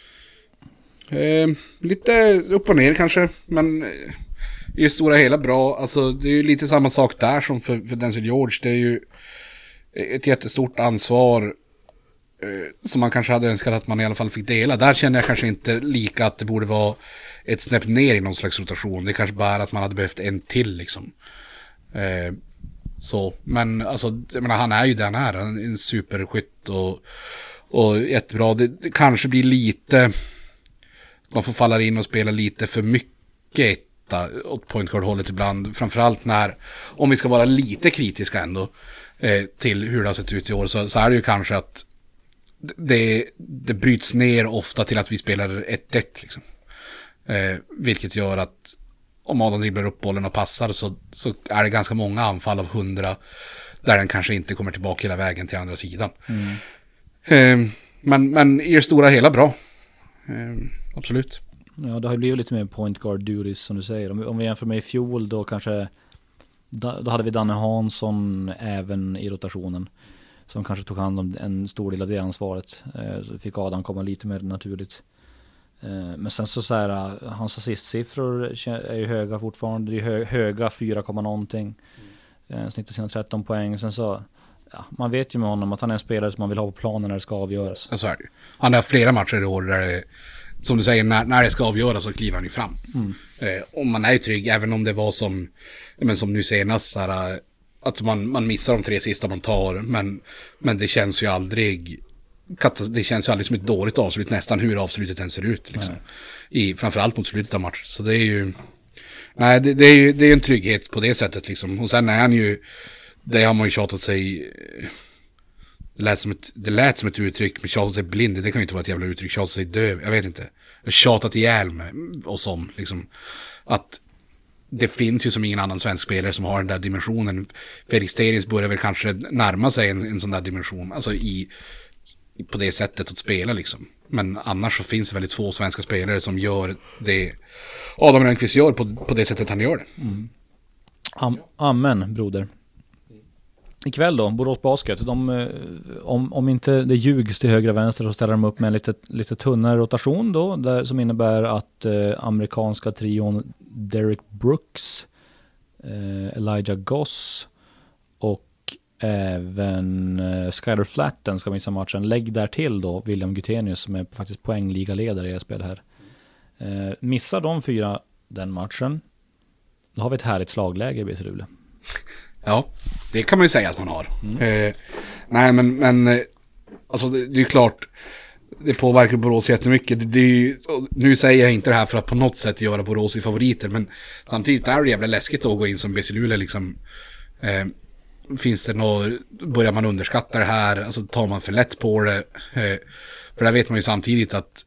Eh, lite upp och ner kanske. Men i det stora hela bra. Alltså, det är ju lite samma sak där som för, för Denzel George. Det är ju ett jättestort ansvar eh, som man kanske hade önskat att man i alla fall fick dela. Där känner jag kanske inte lika att det borde vara ett snäpp ner i någon slags rotation. Det är kanske bara att man hade behövt en till liksom. Eh, så, men alltså, jag menar, han är ju den här, en superskytt och, och jättebra. Det, det kanske blir lite, man får falla in och spela lite för mycket åt point guard hållet ibland, framförallt när, om vi ska vara lite kritiska ändå eh, till hur det har sett ut i år, så, så är det ju kanske att det, det bryts ner ofta till att vi spelar ett ett liksom. Eh, vilket gör att om Adam dribblar upp bollen och passar, så, så är det ganska många anfall av hundra där den kanske inte kommer tillbaka hela vägen till andra sidan. Mm. Eh, men, men i det stora hela bra. Eh, absolut. Ja, det har blivit lite mer point guard duties som du säger. Om vi, om vi jämför med i fjol, då kanske då hade vi Danne Hansson även i rotationen som kanske tog hand om en stor del av det ansvaret. Eh, så fick Adam komma lite mer naturligt. Eh, men sen så så här, hans assistsiffror är ju höga fortfarande. Det är hö, höga fyra, någonting. Eh, snittar sina tretton poäng. Sen så, ja, man vet ju med honom att han är en spelare som man vill ha på planen när det ska avgöras. Ja, så är det. Han har flera matcher i år där det som du säger, när, när det ska avgöras så kliver han ju fram. Mm. Eh, och man är ju trygg, även om det var som, men som nu senast, så här, att man, man missar de tre sista man tar, men, men det känns ju aldrig, det känns ju aldrig som ett dåligt avslut, nästan hur avslutet än ser ut. Liksom. I, framförallt mot slutet av matchen. Så det är ju, nej, det, det är ju det är en trygghet på det sättet. Liksom. Och sen är han ju, det har man ju tjatat sig, det lät som ett, det lät som ett uttryck, men tjatat sig blind, det kan ju inte vara ett jävla uttryck, tjatat sig döv, jag vet inte. Jag har tjatat ihjäl med och som, liksom, att det finns ju som ingen annan svensk spelare som har den där dimensionen. Felix Terins börjar väl kanske närma sig en, en sån där dimension, alltså i, på det sättet att spela liksom. Men annars så finns det väldigt få svenska spelare som gör det Adam Rönnqvist gör på, på det sättet han gör det. Mm. Am, amen, broder. Ikväll då, Borås Basket, de, om, om inte det ljugs till höger och vänster så ställer de upp med en lite, lite tunnare rotation då, där, som innebär att eh, amerikanska trion Derek Brooks, eh, Elijah Goss och även eh, Skyler Flatten ska missa matchen. Lägg där till då William Gutenius som är faktiskt poängligaledare i det spel här. Eh, missar de fyra den matchen, då har vi ett härligt slagläge i B C Luleå. Ja, det kan man ju säga att man har. Mm. Eh, nej, men, men eh, alltså det, det är ju klart, det påverkar Borås jättemycket. Det, det är ju, nu säger jag inte det här för att på något sätt göra Borås i favoriter, men samtidigt är det jävla läskigt att gå in som B C Luleå liksom. Eh, finns det något, börjar man underskatta det här, alltså tar man för lätt på det, eh, för där vet man ju samtidigt att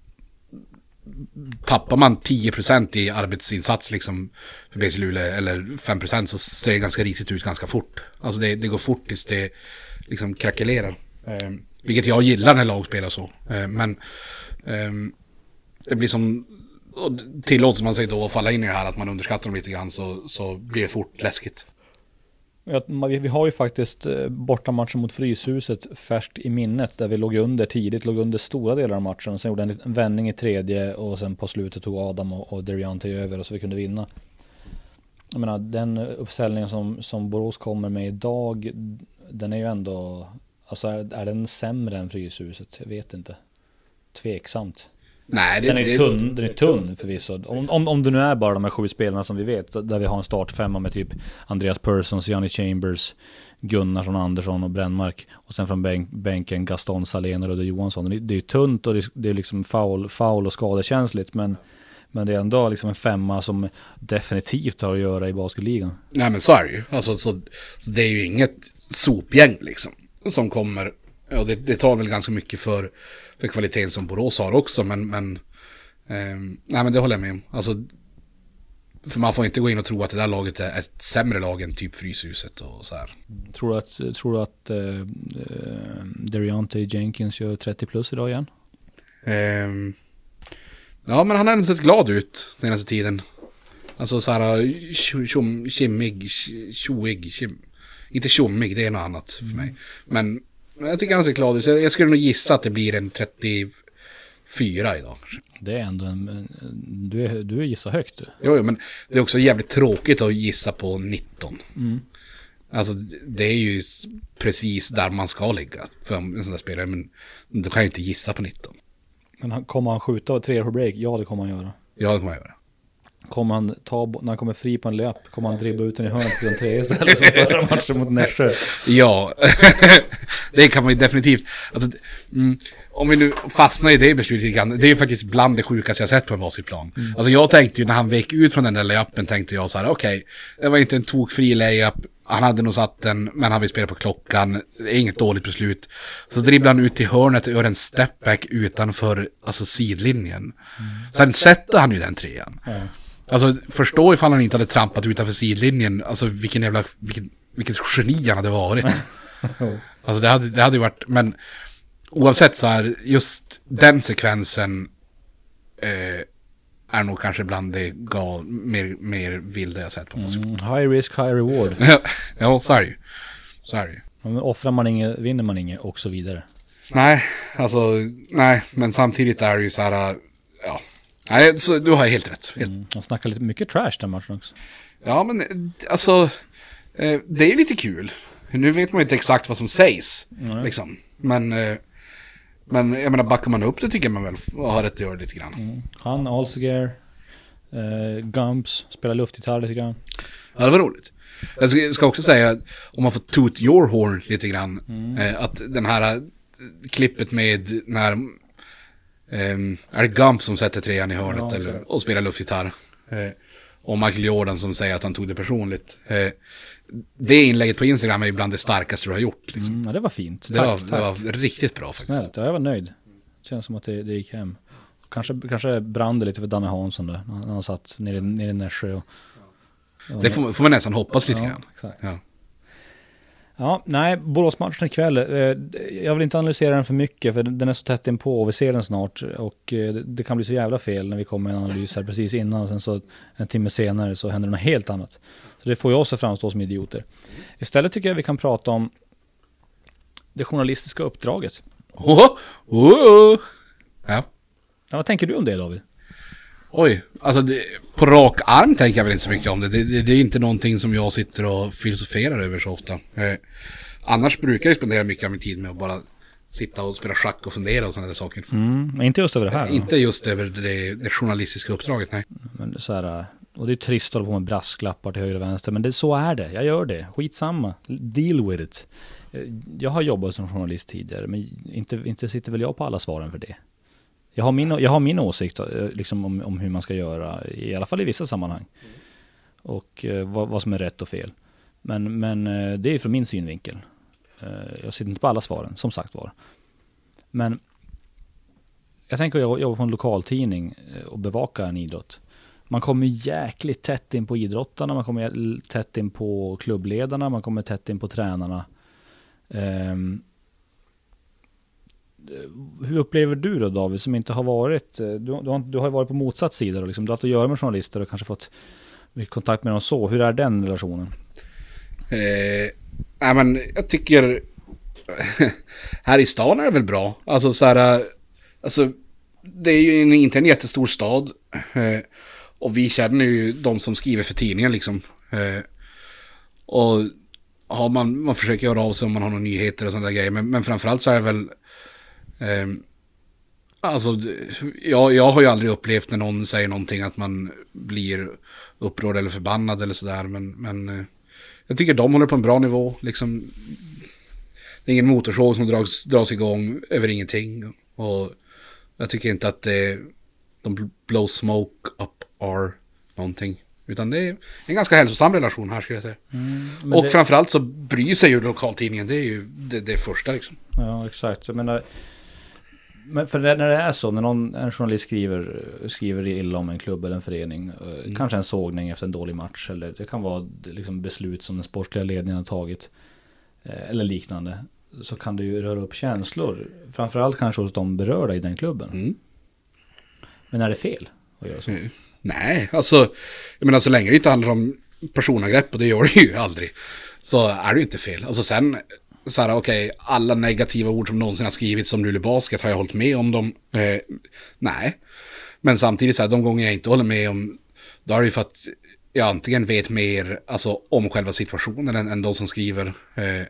tappar man tio procent i arbetsinsats liksom för B C Luleå eller fem procent så ser det ganska risigt ut ganska fort. Alltså det, det går fort tills det liksom krackelerar. Eh, vilket jag gillar när lag spelar så. Eh, men eh, det blir som, tillåts man sig då att falla in i det här att man underskattar dem lite grann så, så blir det fort läskigt. Ja, vi har ju faktiskt bortamatchen mot Fryshuset färskt i minnet där vi låg under tidigt, låg under stora delar av matchen och sen gjorde en vändning i tredje och sen på slutet tog Adam och, och Deriante över och så vi kunde vinna. Jag menar, den uppställningen som, som Borås kommer med idag, den är ju ändå, alltså är, är den sämre än Fryshuset? Jag vet inte. Tveksamt. Nej, det, den är det, tunn, den är tunn förvisso. Om, om, om det nu är bara de här sju spelarna som vi vet, där vi har en startfemma med typ Andreas Persons, Johnny Chambers, Gunnarsson, Andersson och Brännmark och sen från bänk, bänken Gaston Salén och Rudde Johansson. Det, det är ju tunt och det, det är liksom foul, foul och skadekänsligt, men men det är ändå liksom en femma som definitivt har att göra i basketligan. Nej, men så är det ju. Alltså, så, så det är ju inget sopgäng liksom som kommer. Ja, det, det tar väl ganska mycket för, för kvaliteten som Borås har också, men, men, eh, nej, men det håller jag med om. Alltså, för man får inte gå in och tro att det där laget är ett sämre lag än typ Fryshuset och så här. Tror du att, tror du att eh, Deriante Jenkins gör trettio plus idag igen? Eh, ja, men han har sett glad ut senaste tiden. Alltså så här kimmig, tjoig, inte tjommig, det är något annat för mig. Men jag tycker han ser glad ut. Jag skulle nog gissa att det blir en trettiofyra idag. Det är ändå en, du är, du är gissa högt du. Jo, jo, men det är också jävligt tråkigt att gissa på nitton. Mm. Alltså det är ju precis där man ska ligga för en sån där spelare, men då kan jag inte gissa på nitton. Men han, kommer han skjuta och tre på break? Ja, det kommer han göra. Ja, det kommer han göra. Kommer han ta, när han kommer fri på en löp, kommer han dribbla ut den i hörnet på den tre istället som förra matchen mot Nässjö? Ja, det kan man ju definitivt. Alltså, mm, om vi nu fastnar i det beslutet grann, det är ju faktiskt bland det sjukaste jag sett på en basketplan. Mm. Alltså jag tänkte ju när han vek ut från den där layupen tänkte jag så här: okej, okay, det var inte en tokfri layup, han hade nog satt den, men han vill spela på klockan, det är inget dåligt beslut. Så dribblar han ut till hörnet och gör en stepback utanför, alltså sidlinjen. Mm. Sen sätter han ju den trean. Mm. Alltså förstå ifall han inte hade trampat utanför sidlinjen, alltså vilken jävla, vilken, vilket geni han hade varit. Alltså det hade, det hade ju varit, men oavsett så här, just den sekvensen eh, är nog kanske bland det gal, mer, mer vilda jag sett på oss. Mm, high risk, high reward. Ja, så är det ju. Så är det ju. Men offrar man inget, vinner man inget och så vidare. Nej, alltså, nej, men samtidigt är det ju så här, ja. Nej, så du har helt rätt. Helt. Mm, de snackar lite mycket trash den matchen också. Ja, men alltså, eh, det är lite kul. Nu vet man inte exakt vad som sägs, mm. liksom. Men, eh, Men jag menar, backar man upp det tycker man väl har rätt att göra lite grann. Mm. Han, Alseger, eh, Gumps, spelar luftgitarr lite grann. Ja, det var roligt. Jag ska, ska också säga, om man får toot your horn lite grann, mm. eh, att den här eh, klippet med när eh, är det Gump som sätter trean i hörnet ja, eller, och spelar luftgitarr. Eh, och Michael Jordan som säger att han tog det personligt. Eh, det inlägget på Instagram är ibland det starkaste du har gjort. Liksom. Mm, ja, det var fint. Det, tack, var, tack. det var riktigt bra faktiskt. Snällt, ja, jag var nöjd. Det känns som att det, det gick hem. Kanske, kanske brann det lite för Danne Hansson där. När han satt nere, nere i Nässjö. Och, och det får, får man nästan hoppas lite ja, grann. Exakt. Ja. Ja, nej, Boråsmatchen ikväll. Jag vill inte analysera den för mycket för den är så tätt inpå och vi ser den snart och det kan bli så jävla fel när vi kommer med en analys här precis innan och sen så en timme senare så händer det något helt annat. Så det får ju också framstå som idioter. Istället tycker jag vi kan prata om det journalistiska uppdraget. Oh, oh. Ja. Ja, vad tänker du om det, David? Oj, alltså det, på rak arm tänker jag väl inte så mycket om det. Det, det. det är inte någonting som jag sitter och filosoferar över så ofta. Eh, annars brukar jag spendera mycket av min tid med att bara sitta och spela schack och fundera och sådana där saker. Mm, men inte just över det här? Eh, inte just över det, det journalistiska uppdraget, nej. Men så här, och det är trist att hålla på med brasklappar till höger och vänster, men det, så är det. Jag gör det. Skitsamma. Deal with it. Jag har jobbat som journalist tidigare, men inte, inte sitter väl jag på alla svaren för det. Jag har min, jag har min åsikt liksom, om, om hur man ska göra, i alla fall i vissa sammanhang. Mm. Och eh, vad, vad som är rätt och fel. Men, men eh, det är från min synvinkel. Eh, jag sitter inte på alla svaren, som sagt var. Men jag tänker att jag jobbar på en lokaltidning och bevaka en idrott. Man kommer jäkligt tätt in på idrottarna, man kommer tätt in på klubbledarna, man kommer tätt in på tränarna. Eh, Hur upplever du då, David, som inte har varit, du, du, har, du har varit på motsatt sida och liksom, du har haft att göra med journalister och kanske fått mycket kontakt med dem så. Hur är den relationen? Eh, nej men jag tycker här i stan är det väl bra. Alltså så här, alltså det är ju en, inte en jättestor stad eh, och vi känner ju de som skriver för tidningen liksom. Eh, och har man, man försöker göra av sig om man har några nyheter och sådana där grejer, men, men framförallt så är det väl Um, alltså jag, jag har ju aldrig upplevt när någon säger någonting att man blir upprörd eller förbannad eller sådär, men, men uh, jag tycker de håller på en bra nivå liksom. Det är ingen motorsåg som dras, dras igång över ingenting och jag tycker inte att det, de blow smoke up or någonting, utan det är en ganska hälsosam relation här skulle jag säga. Mm, och det... framförallt så bryr sig ju lokaltidningen, det är ju det, det första liksom. Ja, exakt. Jag menar, men för det, när det är så, när någon, en journalist skriver, skriver illa om en klubb eller en förening, mm. kanske en sågning efter en dålig match, eller det kan vara liksom beslut som den sportsliga ledningen har tagit, eller liknande, så kan det ju röra upp känslor, framförallt kanske hos de berörda i den klubben. Mm. Men är det fel att göra så? Mm. Nej, alltså, jag menar så länge det inte handlar om personangrepp, och det gör det ju aldrig, så är det ju inte fel. Alltså sen så här, okej, okay, alla negativa ord som någonsin har skrivits som Luleå Basket, har jag hållit med om dem? Eh, nej. Men samtidigt så här, de gånger jag inte håller med om, då är det ju för att jag antingen vet mer alltså, om själva situationen än, än de som skriver. Eh,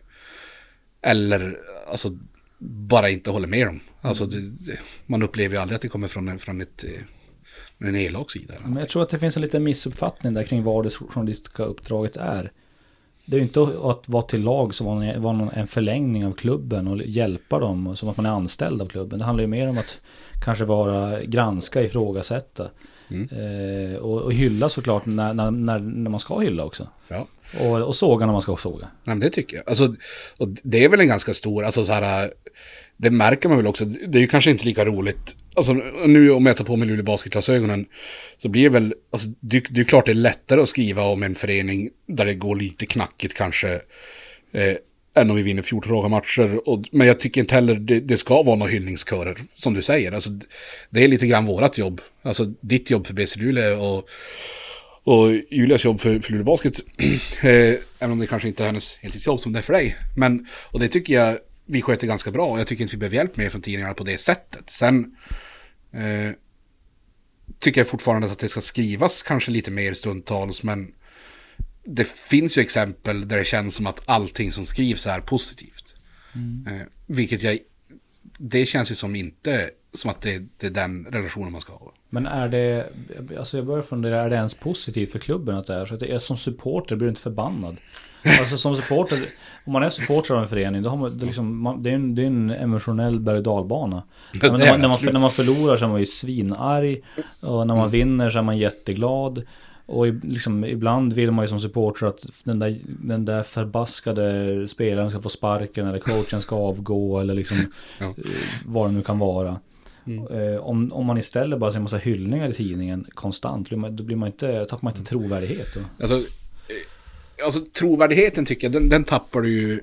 eller alltså bara inte håller med dem. Alltså det, det, man upplever ju aldrig att det kommer från, från ett en elak sida. Men jag tror att det finns en liten missuppfattning där kring vad det journalistiska uppdraget är. Det är ju inte att vara till lag som var en förlängning av klubben och hjälpa dem som att man är anställd av klubben. Det handlar ju mer om att kanske vara granska, ifrågasätta mm. eh, och, och hylla såklart när, när, när, när man ska hylla också. Ja. Och, och såga när man ska såga. Nej, men det tycker jag. Alltså, och det är väl en ganska stor, alltså så här, det märker man väl också, det är ju kanske inte lika roligt. Alltså nu om jag tar på mig Luleå Basketglasögonen så blir det väl, alltså det, det är klart det är lättare att skriva om en förening där det går lite knackigt kanske eh, än om vi vinner fjorton raka matcher. Och, men jag tycker inte heller det, det ska vara några hyllningskörer som du säger. Alltså det är lite grann vårat jobb. Alltså ditt jobb för B C Luleå och, och Julias jobb för, för Luleå Basket. eh, även om det kanske inte är hennes heltidsjobb som det är för dig. Men, och det tycker jag vi sköter ganska bra, och jag tycker inte vi behöver hjälp med från tidningarna på det sättet. Sen eh, tycker jag fortfarande att det ska skrivas kanske lite mer stundtals, men det finns ju exempel där det känns som att allting som skrivs är positivt. Mm. Eh, vilket jag det känns ju som inte som att det, det är den relationen man ska ha. Men är det, alltså jag börjar fundera, är det ens positivt för klubben att det är så att det är som supporter blir du inte förbannad? Alltså som supporter, om man är supporter av en förening, då har man, det, liksom, man, det, är en, det är en emotionell berg- och dalbana. Ja, när, man, när, man, när man förlorar så är man ju svinarg, och när man mm. vinner så är man jätteglad. Och liksom, ibland vill man ju som supporter att den där, den där förbaskade spelaren ska få sparken, eller coachen ska avgå, eller liksom ja. vad det nu kan vara. Mm. Om, om man istället bara ser en massa hyllningar i tidningen konstant, då blir man inte, tappar man inte trovärdighet då. Alltså, alltså trovärdigheten tycker jag, den, den tappar du ju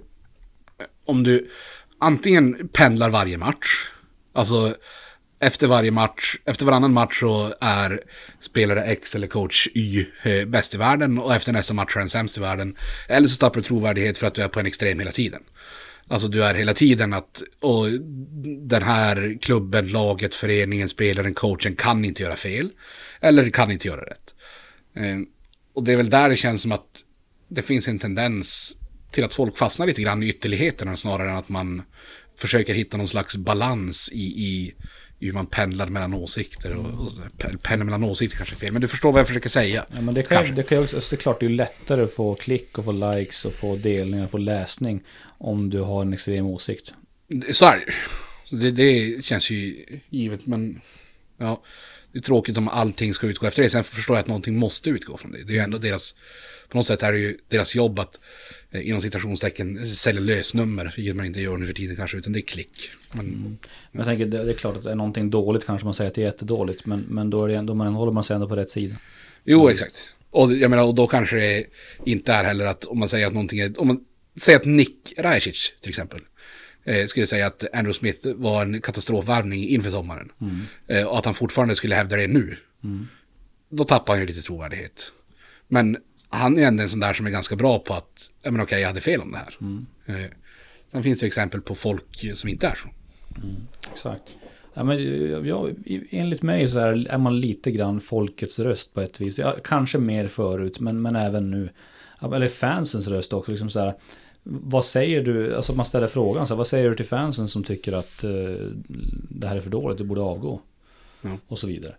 om du antingen pendlar varje match, alltså efter varje match, efter varannan match så är spelare X eller coach Y eh, bäst i världen, och efter nästa match är den sämst i världen, eller så tappar du trovärdighet för att du är på en extrem hela tiden. Alltså du är hela tiden att, och den här klubben, laget, föreningen, spelaren, coachen kan inte göra fel, eller kan inte göra rätt. Eh, och det är väl där det känns som att det finns en tendens till att folk fastnar lite grann i ytterligheterna snarare än att man försöker hitta någon slags balans i, i hur man pendlar mellan åsikter och, och pendlar mellan åsikter kanske fel, men du förstår vad jag försöker säga. Ja, men det kan ju, det kan ju också, alltså det är klart det är lättare att få klick och få likes och få delningar och få läsning om du har en extrem åsikt. Så är det. Det, det känns ju givet, men ja, det är tråkigt om allting ska utgå efter det. Sen förstår jag att någonting måste utgå från det. Det är ju ändå deras, på något sätt är det ju deras jobb att eh, inom citationstecken sälja lösnummer, vilket man inte gör nu för tiden kanske, utan det är klick. Men, mm. men jag tänker, det, det är klart att det är någonting dåligt kanske man säger att det är jättedåligt, men, men då, är det ändå, man håller man sig ändå på rätt sida. Jo, mm. exakt. Och jag menar, och då kanske det inte är heller att om man säger att någonting är, om man säger att Nick Rajic till exempel eh, skulle säga att Andrew Smith var en katastrofvärvning inför sommaren, mm. eh, och att han fortfarande skulle hävda det nu, mm. då tappar han ju lite trovärdighet. Men han är ändå en sån där som är ganska bra på att, ja men okej, jag hade fel om det här. Mm. Eh, sen finns det exempel på folk som inte är så. Mm, exakt. Ja, men, ja, enligt mig så är, är man lite grann folkets röst på ett vis. Ja, kanske mer förut, men, men även nu. Eller fansens röst också. Liksom så här, vad säger du, alltså man ställer frågan, så här, vad säger du till fansen som tycker att uh, det här är för dåligt, du borde avgå? Mm. Och så vidare.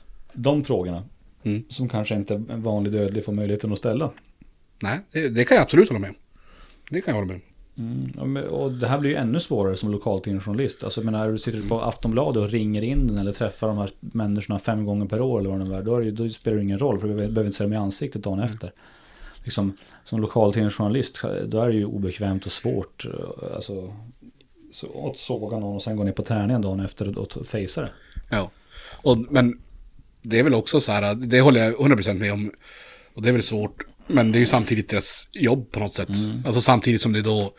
De frågorna. Mm. Som kanske inte en vanlig dödlig får möjligheten att ställa. Nej, det, det kan jag absolut hålla med. Det kan jag hålla med. Mm, och det här blir ju ännu svårare som lokaltidningsjournalist. Alltså, men när du sitter på Aftonbladet och ringer in den eller träffar de här människorna fem gånger per år eller vad det är, då, är det, då spelar det ingen roll, för du behöver inte se dem i ansiktet dagen mm. efter. Liksom, som lokaltidningsjournalist, då är det ju obekvämt och svårt, alltså, så, att såga någon och sen gå ner på träningen dagen efter och, och fejsa det. Ja, och, men det är väl också så här, det håller jag hundra procent med om, och det är väl svårt, men det är ju samtidigt deras jobb på något sätt. Mm. Alltså samtidigt som det då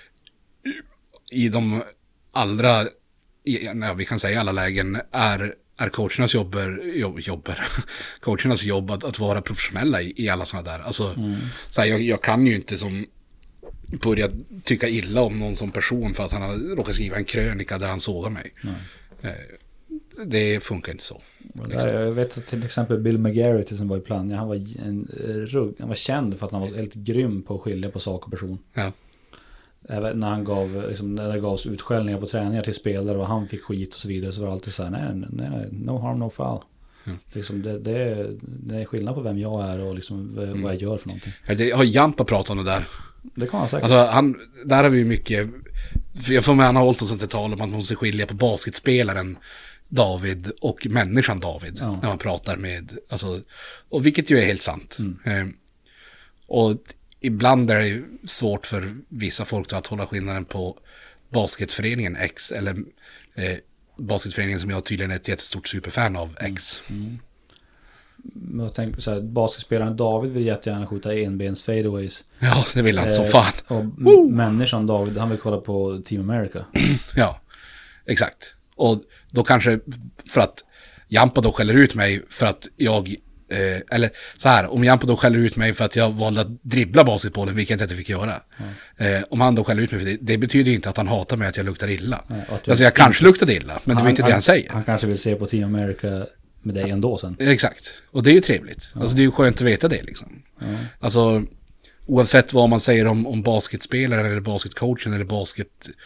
i de allra, i, nej, vi kan säga alla lägen, är, är coachernas jobber, jobb, jobber coachernas jobb att, att vara professionella i, i alla sådana där. Alltså, mm. så här, jag, jag kan ju inte som börja tycka illa om någon som person för att han har råkat skriva en krönika där han sågar mig. Mm. Eh, det funkar inte så. Liksom. Jag vet att till exempel Bill McGarrity som var i Plannja, han var en rugg, han var känd för att han var helt grym på att skilja på sak och person. Ja. Även när han gav, liksom, när det gavs utskällningar på träningar till spelare och han fick skit och så vidare, så var det alltid så här, nej, nej, no harm, no foul. Mm. Liksom, det, det, är, det är skillnad på vem jag är och liksom vad mm. jag gör för någonting. Det har Jampa pratat om det där. Det kan han säkert. Alltså, han, där har vi ju mycket, för jag får med, han har hållit oss att tala om att man måste skilja på basketspelaren David och människan David, ja. När man pratar med, alltså, och vilket ju är helt sant. Mm. Eh, och ibland är det svårt för vissa folk att hålla skillnaden på basketföreningen X eller eh, basketföreningen som jag tydligen är ett jättestort superfan av X. Mm. Mm. Jag tänker så här, basketspelaren David vill jättegärna skjuta enbens fadeaways. Ja, det vill han eh, som fan. Och Woo! Människan David, han vill kolla på Team America. Ja, exakt. Och då kanske, för att Jampa då skäller ut mig för att jag, eh, eller så här, om Jampa då skäller ut mig för att jag valde att dribbla basketbollen, vilket jag inte fick göra. Mm. Eh, om han då skäller ut mig för det, det betyder inte att han hatar mig att jag luktar illa. Mm, alltså jag kanske luktar illa, men han, det var inte han, det han säger. Han kanske vill se på Team America med dig ändå sen. Exakt, och det är ju trevligt. Mm. Alltså det är ju skönt att veta det liksom. Mm. Alltså oavsett vad man säger om, om basketspelare eller basketcoachen eller basket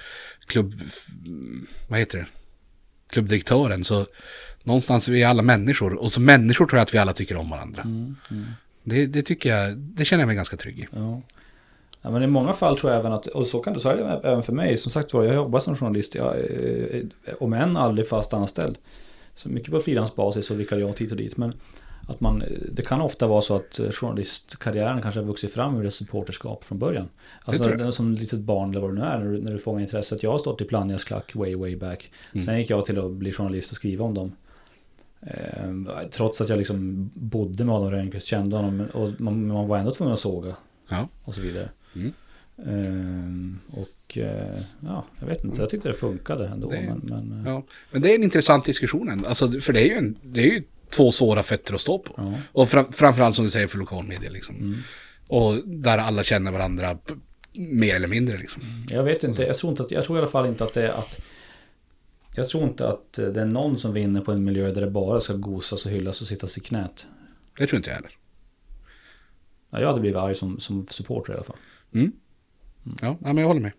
klubb, vad heter det? klubbdirektören, så någonstans är vi alla människor, och som människor tror jag att vi alla tycker om varandra. Mm, mm. Det, det tycker jag, det känner jag mig ganska trygg i. Ja. Ja, men i många fall tror jag även att, och så kan det så är det även för mig, som sagt var, jag jobbar som journalist, jag, om än aldrig fast anställd, så mycket på frilansbasis och vikariat hit och dit, men att man, det kan ofta vara så att journalistkarriären kanske har vuxit fram ur ett supporterskap från början. Alltså det är som ett litet barn eller vad det nu är, när du, när du fångar intresset. Jag har stått i Plannjas klack way way back. Mm. Sen gick jag till att bli journalist och skriva om dem. Eh, trots att jag liksom bodde med Adam Rönnqvist, kände honom, och man, man var ändå tvungen att såga. Ja. Och så vidare. Mm. Eh, och eh, ja, jag vet inte, jag tyckte det funkade ändå. Det, men, men, ja. men det är en intressant diskussion, alltså, för det är ju, en, det är ju två svåra fötter att stå på. Ja. Och fram, framförallt som du säger för lokalmedia liksom. Mm. Och där alla känner varandra p- mer eller mindre liksom. Jag vet inte, jag tror inte att, jag tror i alla fall inte att det är att jag tror inte att det är någon som vinner på en miljö där det bara ska gosas och hyllas och sittas i knät. Det tror inte jag heller. Ja, jag hade blivit arg som, som supporter i alla fall. Mm. Mm. Ja, men jag håller med.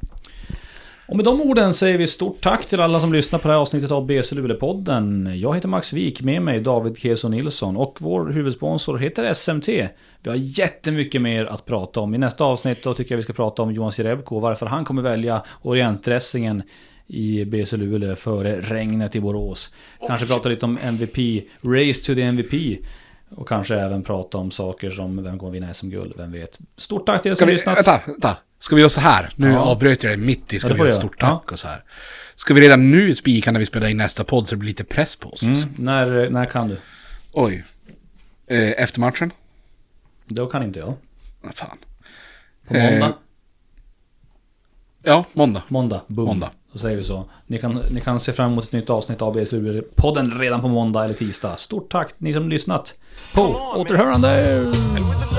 Och med de orden säger vi stort tack till alla som lyssnar på det här avsnittet av B C Luleå-podden. Jag heter Max Wik, med mig David Keso Nilsson, och vår huvudsponsor heter S M T. Vi har jättemycket mer att prata om. I nästa avsnitt då tycker jag vi ska prata om Johan Jerebko och varför han kommer välja orientdressingen i B C Luleå före regnet i Borås. Kanske prata lite om M V P, Race to the M V P. Och kanske även prata om saker som vem kommer vinna S M-guld, vem vet. Stort tack till er som vi, lyssnat. Vänta, vänta. Ska vi göra så här? Nu ja. avbröt jag dig mitt i. Ska ja, vi göra ett stort tack ja. och så här. Ska vi redan nu spika när vi spelar in nästa podd så det blir lite press på oss? Mm. När, när kan du? Oj. Eh, efter matchen? Då kan inte jag. Vad fan. På måndag? Eh, ja, måndag. Måndag, boom. Måndag. Så säger vi så. Ni kan, ni kan se fram emot ett nytt avsnitt av B S U-podden redan på måndag eller tisdag. Stort tack ni som lyssnat. På återhörande!